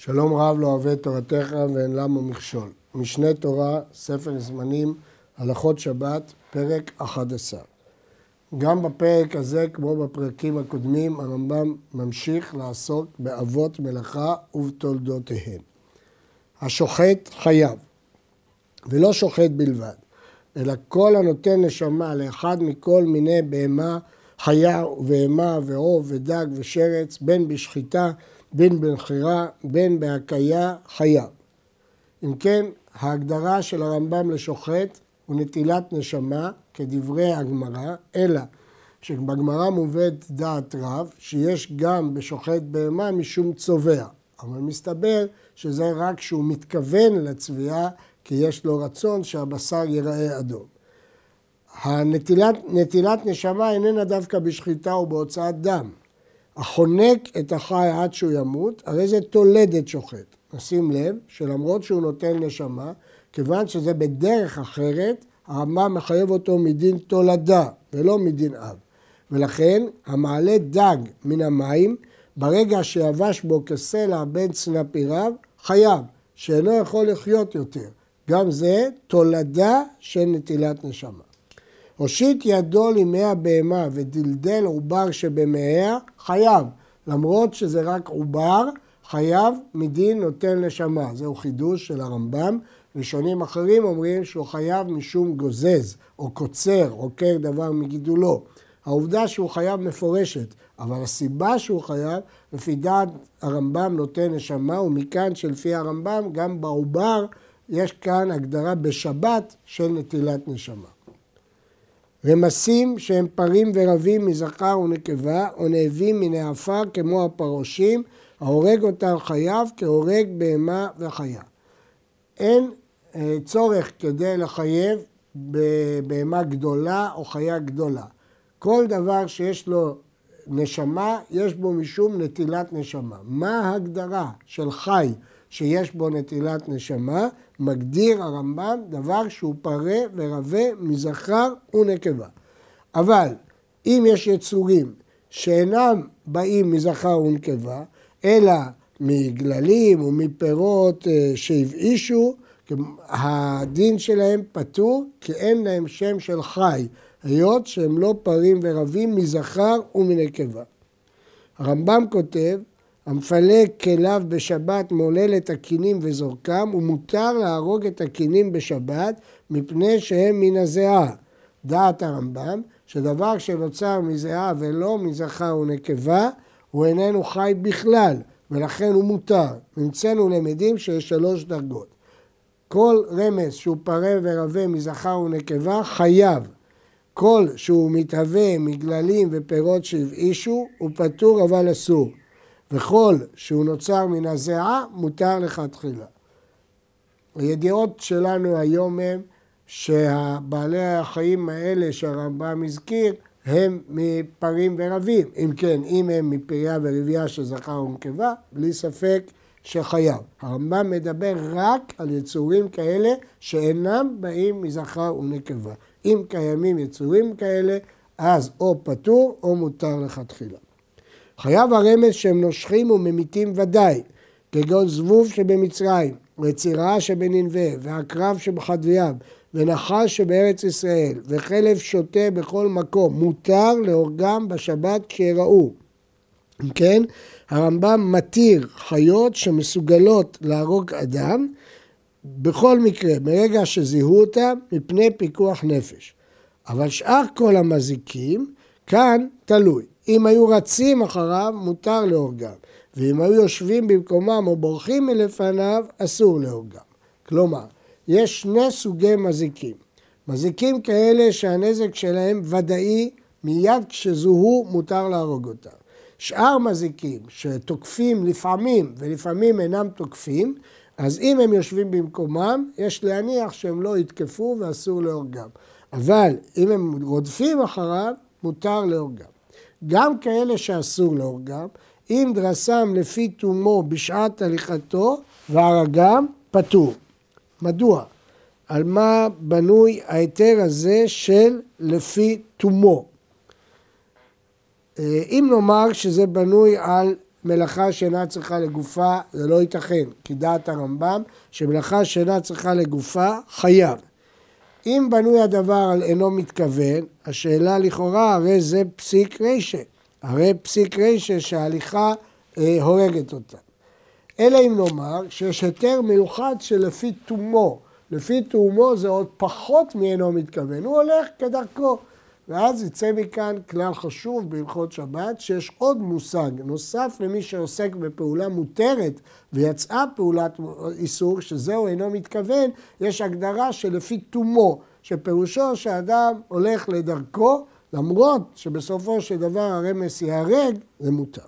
שלום רב לא אוהב תורתך ואין למה מכשול. משנה תורה, ספר זמנים, הלכות שבת, פרק 11. גם בפרק הזה, כמו בפרקים הקודמים, הרמב"ם ממשיך לעסוק באבות מלאכה ובתולדותיהם. השוחט חייב, ולא שוחט בלבד, אלא כל הנותן נשמה לאחד מכל מיני בהמה, חיה ובהמה ועוף ודג ושרץ, בין בשחיטה, בין במכירה, בין בהקיה, חייב. אם כן, ההגדרה של הרמב"ם לשוחט הוא נטילת נשמה כדברי הגמרא, אלא שבגמרא מובאת דעת רב שיש גם בשוחט בהמה משום צובע. אבל מסתבר שזה רק שהוא מתכוון לצביעה כי יש לו רצון שהבשר ייראה אדום. נטילת נשמה איננה דווקא בשחיטה ובהוצאת דם. החונק את החי עד שהוא ימות, הרי זה תולדת שוחט. נשים לב שלמרות שהוא נותן נשמה, כיוון שזה בדרך אחרת, הרמב"ם מחייב אותו מדין תולדה ולא מדין אב. ולכן המעלה דג מן המים, ברגע שיבש בו כסלע בין צנפיריו, חייב, שאינו יכול לחיות יותר. גם זה תולדה של נטילת נשמה. הושיט ידו לימי הבהמה ודלדל עובר שבמאיה, חייב. למרות שזה רק עובר, חייב מדין נוטל נשמה. זהו חידוש של הרמב"ם. ראשונים אחרים אומרים שהוא חייב משום גוזז, או קוצר, עוקר דבר מגידולו. העובדה שהוא חייב מפורשת, אבל הסיבה שהוא חייב, לפי דעת הרמב"ם נוטל נשמה, ומכאן שלפי הרמב"ם גם בעובר יש כאן הגדרה בשבת של נטילת נשמה. רמסים שהם פרים ורבים מזכר ונקבה, או נאבים מן העפר כמו הפרושים, ההורג אותם חייב כהורג בהמה וחיה. אין צורך כדי לחייב בבהמה גדולה או חיה גדולה. כל דבר שיש לו נשמה, יש בו משום נטילת נשמה. מה ההגדרה של חי שיש בו נטילת נשמה? מגדיר הרמב"ם דבר שהוא פרה ורבה מזכר ונקבה. אבל אם יש יצורים שאינם באים מזכר ונקבה, אלא מגללים ומפירות שהבאישו, הדין שלהם פטור כי אין להם שם של חי, היות שהם לא פרים ורבים מזכר ומנקבה. הרמב"ם כותב, המפלג כליו בשבת מולל את הקינים וזורקם, ומותר להרוג את הקינים בשבת מפני שהם מן הזיעה. דעת הרמב"ם שדבר שנוצר מזיעה ולא מזכר ונקבה הוא איננו חי בכלל, ולכן הוא מותר. נמצאנו למדים שיש 3 דרגות. כל רמס שהוא פרה ורבה מזכר ונקבה חייב. כל שהוא מתהווה מגללים ופירות שהבאישו הוא פטור אבל אסור. וכל שהוא נוצר מן הזיעה מותר לכתחילה. הידיעות שלנו היום הם שהבעלי החיים האלה שהרמב"ם הזכיר הם מפרים ורבים. אם כן, אם הם מפריה ורבייה של זכר ונקבה, בלי ספק שחייב. הרמב"ם מדבר רק על יצורים כאלה שאינם באים מזכר ונקבה. אם קיימים יצורים כאלה, אז או פטור או מותר לכתחילה. חייב הרמס שהם נושכים וממיתים ודאי, כגון זבוב שבמצרים, וצירה שבננבה, והקרב שבחדוויו, ונחש שבארץ ישראל, וחלב שוטה בכל מקום, מותר להורגם בשבת כשיראו. אם כן, הרמב"ם מתיר חיות שמסוגלות להרוג אדם, בכל מקרה, ברגע שזיהו אותם, מפני פיקוח נפש. אבל שאר כל המזיקים, כאן תלוי. אם היו רצים אחריו, מותר להורגם. ואם היו יושבים במקומם או בורחים מלפניו, אסור להורגם. כלומר, יש 2 סוגי מזיקים. מזיקים כאלה שהנזק שלהם ודאי, מיד כשזוהו מותר להרוג אותם. שאר מזיקים שתוקפים לפעמים ולפעמים אינם תוקפים, אז אם הם יושבים במקומם, יש להניח שהם לא יתקפו ואסור להורגם. אבל אם הם רודפים אחריו, מותר להורגם. גם כאלה שאסור להורגם, אם דרסם לפי תומו בשעת הליכתו והרגם, פטור. מדוע? על מה בנוי ההיתר הזה של לפי תומו? אם נאמר שזה בנוי על מלאכה שאינה צריכה לגופה, זה לא ייתכן, כי דעת הרמב"ם שמלאכה שאינה צריכה לגופה חייב. אם בנוי הדבר על אינו מתכוון, השאלה לכאורה הרי זה פסיק רישא, הרי פסיק רישא שההליכה הורגת אותה. אלא אם נאמר שיש היתר מיוחד שלפי תומו, לפי תומו זה עוד פחות מאינו מתכוון, הוא הולך כדרכו. ואז יצא מכאן כלל חשוב בהלכות שבת, שיש עוד מושג נוסף למי שעוסק בפעולה מותרת ויצאה פעולת איסור, שזהו אינו מתכוון, יש הגדרה שלפי תומו, שפירושו שאדם הולך לדרכו, למרות שבסופו של דבר הרמס ייהרג, זה מותר.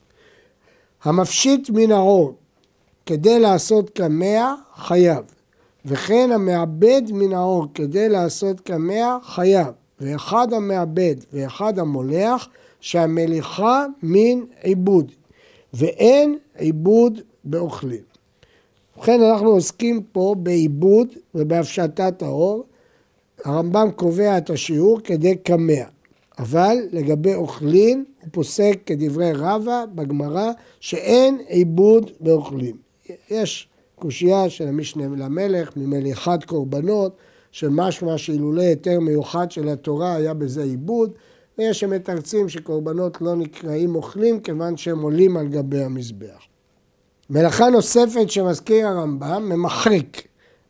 המפשיט מן העור כדי לעשות קמע חייב, וכן המאבד מן העור כדי לעשות קמע חייב. ואחד המאבד ואחד המולח שהמליחה מן עיבוד, ואין עיבוד באוכלים. ובכן אנחנו עוסקים פה בעיבוד ובהפשטת העור. הרמב"ם קובע את השיעור כדי קמע, אבל לגבי אוכלים הוא פוסק כדברי רבא בגמרא שאין עיבוד באוכלים. יש קושייה של המשנה למלך ממליחת קורבנות, שמשמע שאילולא היתר מיוחד של התורה היה בזה עיבוד, ויש שמתרצים שקורבנות לא נקראים אוכלים כיוון שהם עולים על גבי המזבח. מלאכה נוספת שמזכיר הרמב"ם, ממחרק.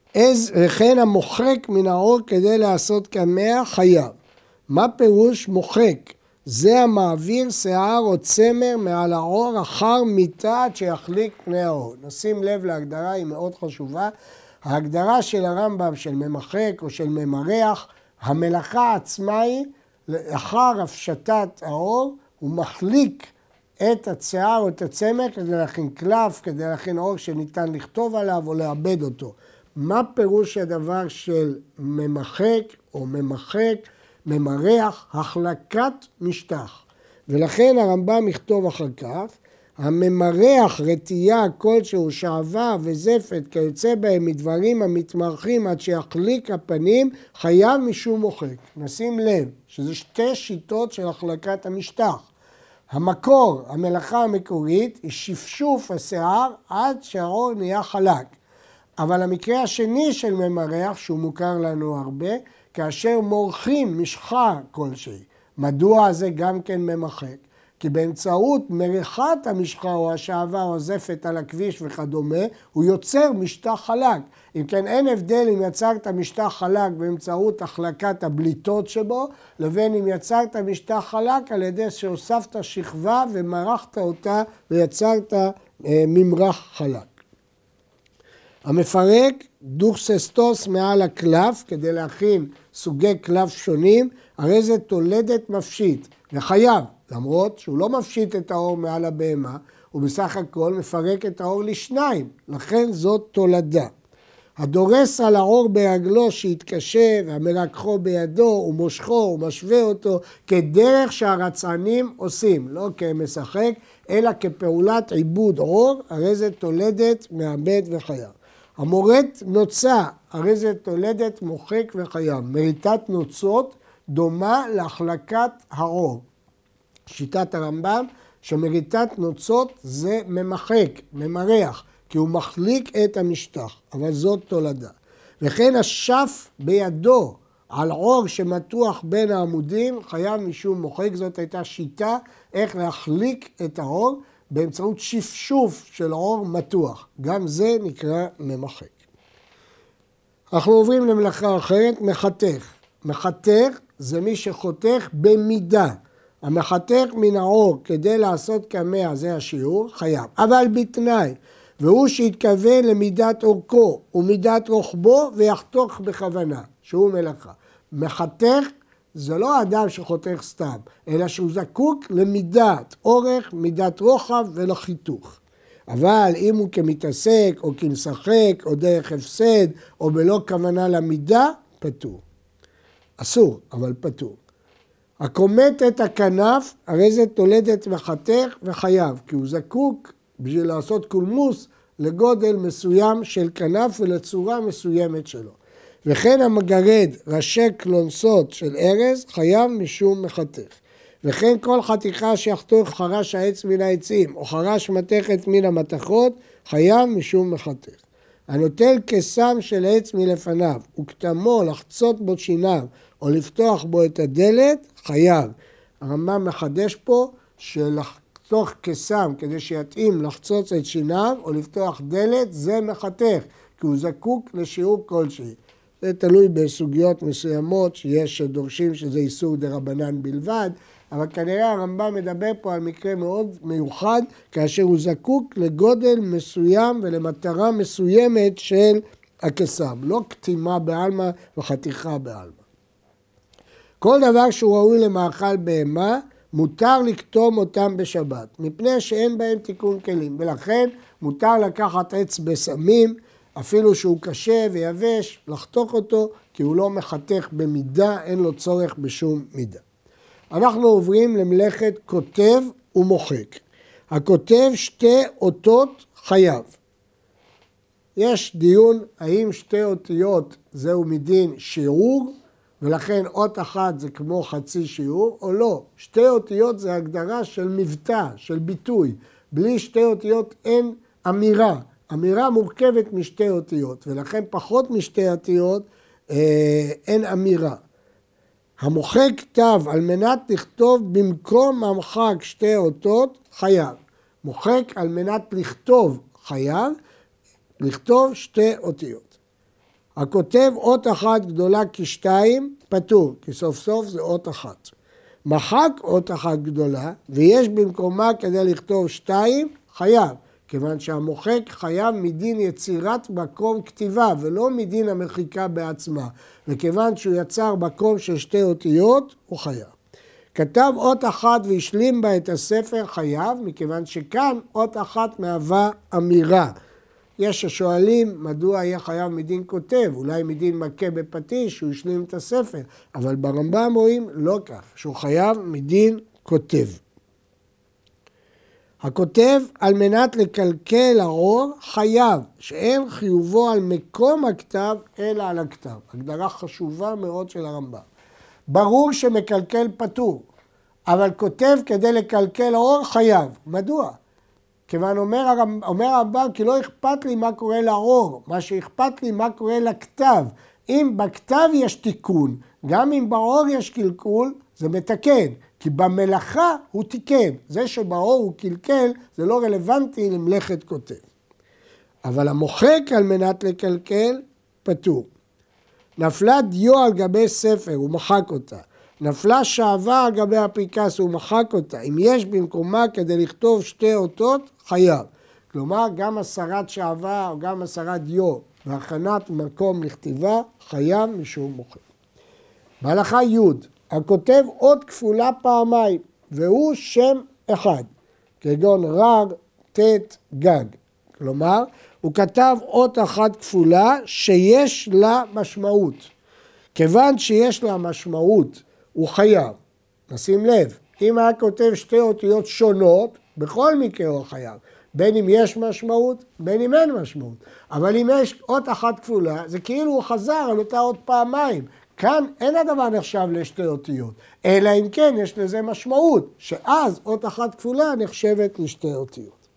וכן המוחרק מן העור כדי לעשות קמע חייב. מה פירוש מוחרק? זה המעביר שיער או צמר מעל העור אחר מיתה עד שיחליק פני העור. נשים לב להגדרה, היא מאוד חשובה. ההגדרה של הרמב"ם של ממחק או של ממרח, המלאכה עצמה היא, לאחר הפשטת העור, הוא מחליק את השיער או את הצמר כדי להכין קלף, כדי להכין עור שניתן לכתוב עליו או לעבד אותו. מה פירוש הדבר של ממחק או ממחק, ממרח? החלקת משטח. ולכן הרמב"ם יכתוב אחר כך, הממרח רטייה כלשהו שעבה וזפת כיוצא בהם מדברים המתמרחים עד שיחליק הפנים חייב משום מוחק. נשים לב שזה שתי שיטות של החלקת המשטח. המקור, המלאכה המקורית, היא שפשוף השיער עד שהעור נהיה חלק. אבל המקרה השני של ממרח, שהוא מוכר לנו הרבה, כאשר מורחים משחה כלשהי. מדוע זה גם כן ממחק? כי באמצעות מריחת המשחה או השעבה או הזפת על הכביש וכדומה, הוא יוצר משטח חלק. אם כן, אין הבדל אם יצרת משטח חלק באמצעות החלקת הבליטות שבו, לבין אם יצרת משטח חלק על ידי שהוספת שכבה ומרחת אותה ויצרת ממרח חלק. המפרק דוכססטוס מעל הקלף כדי להכין סוגי קלף שונים, הרי זה תולדת מפשיט וחייב. למרות שהוא לא מפשיט את העור מעל הבהמה, הוא בסך הכל מפרק את העור לשניים, לכן זאת תולדה. הדורס על העור ברגלו שהתקשה והמרקחו בידו ומושכו ומשווה אותו כדרך שהרצענים עושים, לא כמשחק, אלא כפעולת עיבוד עור, הרי זה תולדת מאבד וחייב. המורת נוצה, הרי זה תולדת מוחק וחייב. מריטת נוצות דומה להחלקת העור. שיטת הרמב"ם שמריטת נוצות זה ממחק, ממרח, כי הוא מחליק את המשטח, אבל זאת תולדה. וכן השף בידו על עור שמתוח בין העמודים חייב משום מוחק, זאת הייתה שיטה איך להחליק את העור באמצעות שפשוף של עור מתוח, גם זה נקרא ממחק. אנחנו עוברים למלאכה אחרת, מחתך. מחתך זה מי שחותך במידה. המחתך מן העור כדי לעשות קמע, זה השיעור, חייב. אבל בתנאי, והוא שהתכוון למידת אורכו ומידת רוחבו ויחתוך בכוונה, שהוא מלאכה. מחתך זה לא האדם שחותך סתם, אלא שהוא זקוק למידת אורך, מידת רוחב ולחיתוך. אבל אם הוא כמתעסק או כמשחק או דרך הפסד או בלא כוונה למידה, פטור. אסור, אבל פטור. הקומט את הכנף, הרי זה תולדת מחתך וחייב, כי הוא זקוק בשביל לעשות קולמוס לגודל מסוים של כנף ולצורה מסוימת שלו. וכן המגרד ראשי קלונסות של ארז חייב משום מחתך. וכן כל חתיכה שיחתוך חרש העץ מן העצים, או חרש מתכת מן המתכות, חייב משום מחתך. הנוטל קסם של עץ מלפניו, וכתמו לחצות בו שיניו, או לפתוח בו את הדלת, חייב. הרמב"ם מחדש פה שלחתוך קסם כדי שיתאים לחצוץ את שיניו, או לפתוח דלת, זה מחתך, כי הוא זקוק לשיעור כלשהי. זה תלוי בסוגיות מסוימות שיש שדורשים שזה איסור דרבנן בלבד, אבל כנראה הרמב"ם מדבר פה על מקרה מאוד מיוחד, כאשר הוא זקוק לגודל מסוים ולמטרה מסוימת של הקסם, לא קטימה בעלמא וחתיכה בעלמא. כל דבר שהוא ראוי למאכל בהמה, מותר לקטום אותם בשבת, מפני שאין בהם תיקון כלים, ולכן מותר לקחת עץ בסמים, אפילו שהוא קשה ויבש, לחתוך אותו, כי הוא לא מחתך במידה, אין לו צורך בשום מידה. אנחנו עוברים למלאכת כותב ומוחק. הכותב שתי אותות חייב. יש דיון האם שתי אותיות זהו מדין שיעור, ולכן אות אחת זה כמו חצי שיעור, או לא. שתי אותיות זה הגדרה של מבטא, של ביטוי. בלי שתי אותיות אין אמירה. אמירה מורכבת משתי אותיות, ולכן פחות משתי אותיות אין אמירה. המוחק כתב על מנת לכתוב במקום המחק שתי אותות, חייב. מוחק על מנת לכתוב חייב, לכתוב שתי אותיות. הכותב אות אחת גדולה כשתיים, פטור, כי סוף סוף זה אות אחת. מחק אות אחת גדולה, ויש במקומה כדי לכתוב שתיים, חייב. כיוון שהמוחק חייב מדין יצירת מקום כתיבה, ולא מדין המחיקה בעצמה. וכיוון שהוא יצר מקום של שתי אותיות, הוא חייב. כתב אות אחת והשלים בה את הספר, חייב, מכיוון שכאן אות אחת מהווה אמירה. יש השואלים מדוע יהיה חייב מדין כותב, אולי מדין מכה בפטיש, שהוא השלים את הספר, אבל ברמב"ם רואים לא כך, שהוא חייב מדין כותב. הכותב על מנת לקלקל האור חייב, שאין חיובו על מקום הכתב אלא על הכתב. הגדרה חשובה מאוד של הרמב"ם. ברור שמקלקל פטור, אבל כותב כדי לקלקל האור חייב. מדוע? כיוון אומר הרמב"ם כי לא אכפת לי מה קורה לאור, מה שאכפת לי מה קורה לכתב. אם בכתב יש תיקון, גם אם באור יש קלקול, זה מתקן. כי במלאכה הוא תיקן. זה שבאור הוא קלקל, זה לא רלוונטי למלאכת כותב. אבל המוחק על מנת לקלקל, פטור. נפלה דיו על גבי ספר, הוא מחק אותה. נפלה שעבה על גבי הפנקס, הוא מחק אותה. אם יש במקומה כדי לכתוב שתי אותות, חייב. כלומר, גם הסרת שעבה או גם הסרת דיו והכנת מקום לכתיבה, חייב משום מוחק. בהלכה י' הכותב אות כפולה פעמיים, והוא שם אחד, כגון רר, תת, גג. כלומר, הוא כתב אות אחת כפולה שיש לה משמעות. כיוון שיש לה משמעות, הוא חייב. נשים לב, אם היה כותב שתי אותיות שונות, בכל מקרה הוא חייב. בין אם יש משמעות, בין אם אין משמעות. אבל אם יש אות אחת כפולה, זה כאילו הוא חזר על אותה אות פעמיים. כאן אין הדבר נחשב לשתי אותיות, אלא אם כן יש לזה משמעות, שאז אות אחת כפולה נחשבת לשתי אותיות.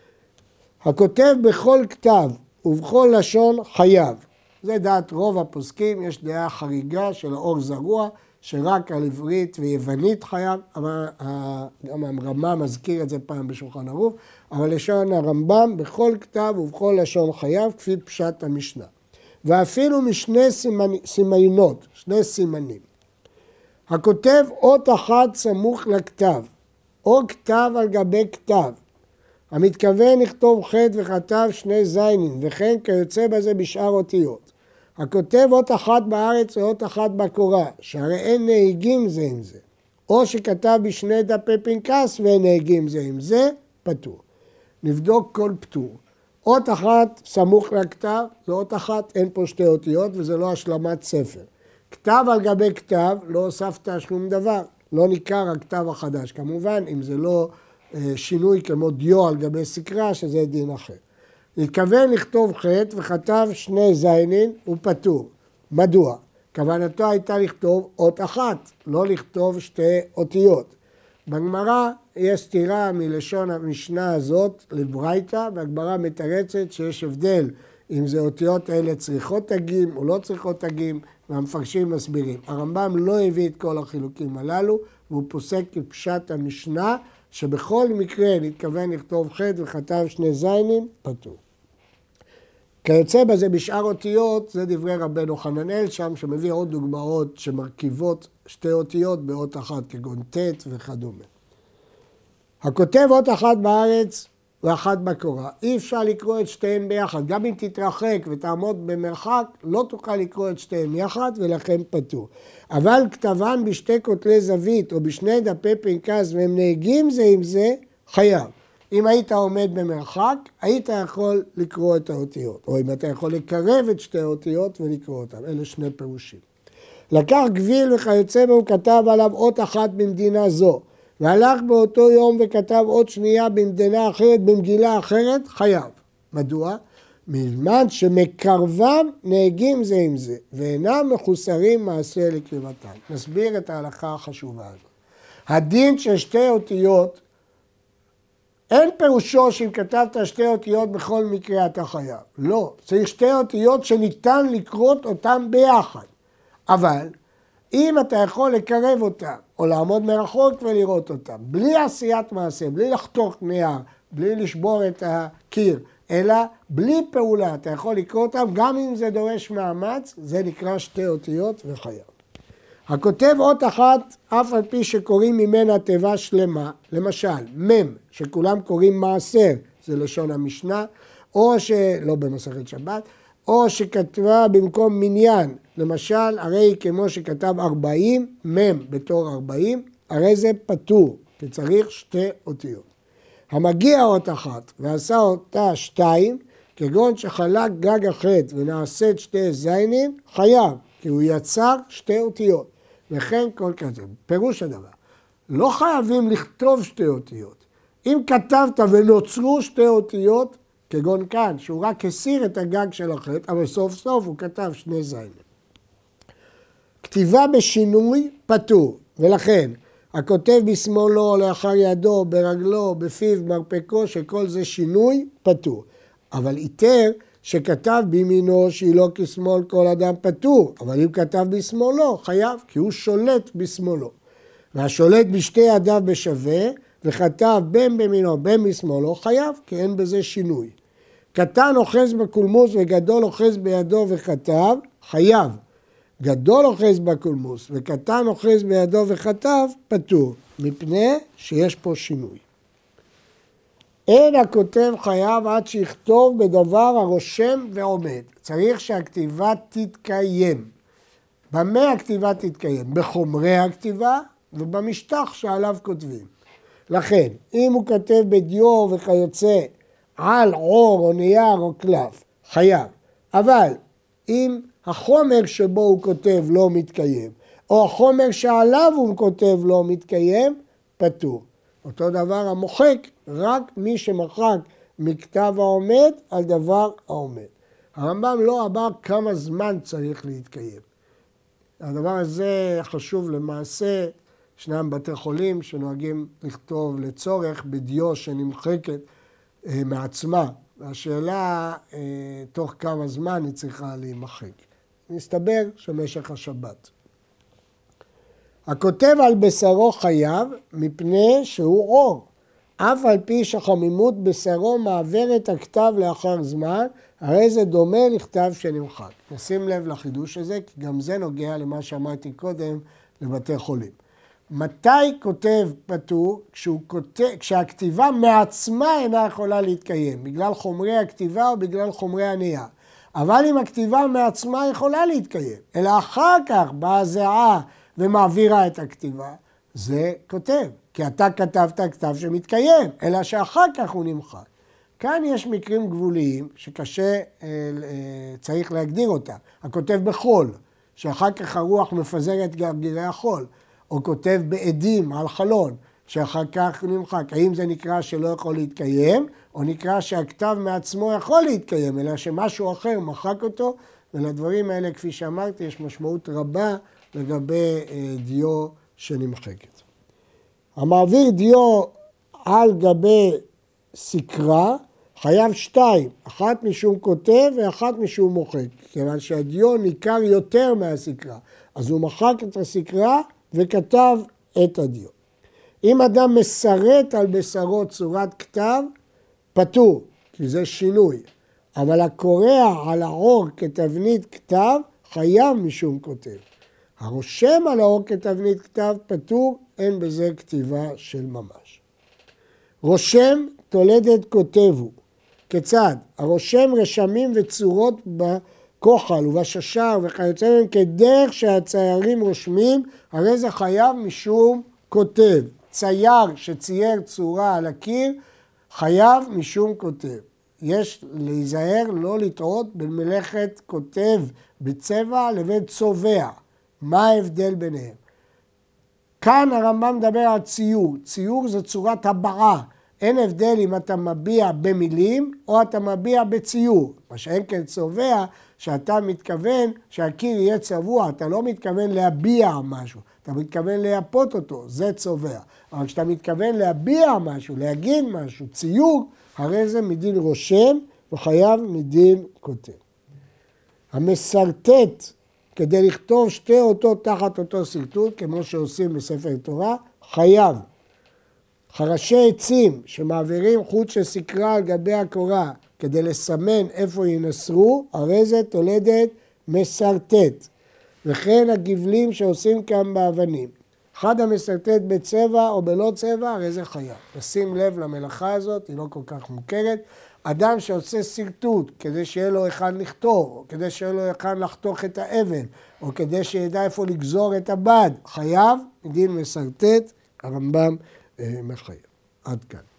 הכותב בכל כתב ובכל לשון חייב. זה דעת רוב הפוסקים, יש דעה חריגה של האור זרוע, שרק על עברית ויוונית חייב, אבל גם הרמב"ם מזכיר את זה פעם בשולחן ערוך, אבל לשון הרמב"ם בכל כתב ובכל לשון חייב, כפי פשט המשנה. ואפילו משני סימנות, שני סימנים. הכותב אות אחת סמוך לכתב, או כתב על גבי כתב, המתכוון לכתוב ח' וכתב שני זיינים, וכן כיוצא בזה בשאר אותיות. הכותב אות אחת בארץ או אות אחת בקורה, שהרי אין נהיגים זה עם זה, או שכתב בשני דפי פנקס ואין נהיגים זה עם זה, פטור. נבדוק כל פטור. אות אחת סמוך לכתב, זו אות אחת, אין פה שתי אותיות וזה לא השלמת ספר. כתב על גבי כתב, לא הוספת שום דבר, לא ניכר הכתב החדש. כמובן, אם זה לא שינוי כמו דיו על גבי סקרה, שזה דין אחר. התכוון לכתוב ח' וכתב שני זיינין, הוא פטור. מדוע? כוונתו הייתה לכתוב אות אחת, לא לכתוב שתי אותיות. בגמרא יש סתירה מלשון המשנה הזאת לברייתא, והגמרא מתרצת שיש הבדל אם זה אותיות אלה צריכות תגים או לא צריכות תגים, והמפרשים מסבירים. הרמב"ם לא הביא את כל החילוקים הללו, והוא פוסק כפשט המשנה, שבכל מקרה נתכוון לכתוב ח' וכתב שני זיינים, פטור. כיוצא בזה בשאר אותיות, זה דברי רבנו חננאל שם, שמביא עוד דוגמאות שמרכיבות שתי אותיות באות אחת, כגון ט' וכדומה. הכותב אות אחת בארץ ואחת בקורה, אי אפשר לקרוא את שתיהן ביחד. גם אם תתרחק ותעמוד במרחק, לא תוכל לקרוא את שתיהן יחד, ולכן פטור. אבל כתבן בשתי כותלי זווית או בשני דפי פנקס והם נהגים זה עם זה, חייב. אם היית עומד במרחק, היית יכול לקרוא את האותיות. או אם אתה יכול לקרב את שתי האותיות ולקרוא אותן. אלה שני פירושים. לקח גביל וכיוצא בו, כתב עליו אות אחת במדינה זו. והלך באותו יום וכתב אות שנייה במדינה אחרת, במגילה אחרת, חייב. מדוע? מזמן שמקרבם נהגים זה עם זה, ואינם מחוסרים מעשה לקרבתם. נסביר את ההלכה החשובה הזאת. הדין של שתי אותיות, אין פירושו שאם כתבת שתי אותיות בכל מקרה אתה חייב. לא, צריך שתי אותיות שניתן לקרות אותן ביחד. אבל אם אתה יכול לקרב אותם, או לעמוד מרחוק ולראות אותם, בלי עשיית מעשה, בלי לחתוך נייר, בלי לשבור את הקיר, אלא בלי פעולה, אתה יכול לקרוא אותם, גם אם זה דורש מאמץ, זה נקרא שתי אותיות וחייב. הכותב אות אחת, אף על פי שקוראים ממנה תיבה שלמה, למשל, מם, שכולם קוראים מעשר, זה לשון המשנה, או שלא במסכת שבת, או שכתבה במקום מניין, למשל, הרי כמו שכתב 40, מם בתור 40, הרי זה פטור, כי צריך שתי אותיות. המגיע אות אחת ועשה אותה 2, כגון שחלק גג החטא ונעשית שתי זיינים, חייב, כי הוא יצר שתי אותיות. וכן כל כזה. פירוש הדבר, לא חייבים לכתוב שתי אותיות. אם כתבת ונוצרו שתי אותיות, כגון כאן, שהוא רק הסיר את הגג של החטא, אבל סוף סוף הוא כתב שני זיינים. כתיבה בשינוי פטור, ולכן הכותב בשמאלו, לאחר ידו, ברגלו, בפיו, מרפקו, שכל זה שינוי פטור. אבל איתר שכתב בימינו שהיא לא כשמאל כל אדם פטור, אבל אם כתב בשמאלו חייב, כי הוא שולט בשמאלו. והשולט בשתי ידיו בשווה, וכתב בין בימינו בין בשמאלו חייב, כי אין בזה שינוי. קטן אוחז בקולמוס וגדול אוחז בידו וכתב, חייב. גדול אוחז בקולמוס וקטן אוחז בידו וכתב, פטור, מפני שיש פה שינוי. אין הכותב חייב עד שיכתוב בדבר הרושם ועומד. צריך שהכתיבה תתקיים. במה הכתיבה תתקיים? בחומרי הכתיבה ובמשטח שעליו כותבים. לכן, אם הוא כותב בדיו וכיוצא על עור או נייר או קלף, חייב. אבל אם החומר שבו הוא כותב לא מתקיים, או החומר שעליו הוא כותב לא מתקיים, פטור. אותו דבר המוחק, רק מי שמחק מכתב העומד על דבר העומד. הרמב"ם לא אמר כמה זמן צריך להתקיים. הדבר הזה חשוב למעשה, ישנם בתי חולים שנוהגים לכתוב לצורך בדיו שנמחקת מעצמה. והשאלה תוך כמה זמן היא צריכה להימחק. מסתבר שמשך השבת. הכותב על בשרו חייב מפני שהוא עור. אף על פי שחמימות בשרו מעברת הכתב לאחר זמן, הרי זה דומה לכתב שנמחק. נשים לב לחידוש הזה, כי גם זה נוגע למה שאמרתי קודם לבתי חולים. מתי כותב פטור? כשהכתיבה מעצמה אינה יכולה להתקיים, בגלל חומרי הכתיבה או בגלל חומרי הנייר. אבל אם הכתיבה מעצמה יכולה להתקיים, אלא אחר כך באה זהה ומעבירה את הכתיבה, זה כותב. כי אתה כתבת כתב שמתקיים, אלא שאחר כך הוא נמחק. כאן יש מקרים גבוליים שקשה, צריך להגדיר אותם. הכותב בחול, שאחר כך הרוח מפזרת גרגירי החול, או כותב בעדים על חלון, שאחר כך הוא נמחק. האם זה נקרא שלא יכול להתקיים, או נקרא שהכתב מעצמו יכול להתקיים, אלא שמשהו אחר מחק אותו, ולדברים האלה, כפי שאמרתי, יש משמעות רבה לגבי דיו שנמחקת. המעביר דיו על גבי סקרה, חייב 2, אחת משום כותב ואחת משום מוחק, כיוון שהדיו ניכר יותר מהסקרה, אז הוא מחק את הסקרה וכתב את הדיו. אם אדם מסרט על בשרו צורת כתב, פטור, כי זה שינוי, אבל הקורע על העור כתבנית כתב, חייב משום כותב. הרושם על העור כתבנית כתב פטור, אין בזה כתיבה של ממש. רושם תולדת כותב הוא. כיצד? הרושם רשמים וצורות בכוחל ובששר וכיוצא בהם כדרך שהציירים רושמים, הרי זה חייב משום כותב. צייר שצייר צורה על הקיר, חייב משום כותב. יש להיזהר לא לטעות בין מלאכת כותב בצבע לבין צובע. מה ההבדל ביניהם? כאן הרמב"ם מדבר על ציור. ציור זה צורת הבעה. אין הבדל אם אתה מביע במילים או אתה מביע בציור. מה שאין כן צובע, שאתה מתכוון שהקיר יהיה צבוע, אתה לא מתכוון להביע משהו, אתה מתכוון לייפות אותו, זה צובע. אבל כשאתה מתכוון להביע משהו, להגיד משהו, ציור, הרי זה מדין רושם וחייב מדין כותב. המסרטט כדי לכתוב שתי אותות תחת אותו סרטוט, כמו שעושים בספר תורה, חייב. חרשי עצים שמעבירים חוט של סקרה על גבי הקורה כדי לסמן איפה ינסרו, הרי זה תולדת מסרטט. וכן הגבלים שעושים כאן באבנים. אחד המסרטט בצבע או בלא צבע, הרי זה חייב. נשים לב למלאכה הזאת, היא לא כל כך מוכרת. אדם שעושה סרטוט כדי שיהיה לו היכן לכתוב, או כדי שיהיה לו היכן לחתוך את האבן, או כדי שידע איפה לגזור את הבד, חייב, מדין מסרטט, הרמב"ם מחייב. עד כאן.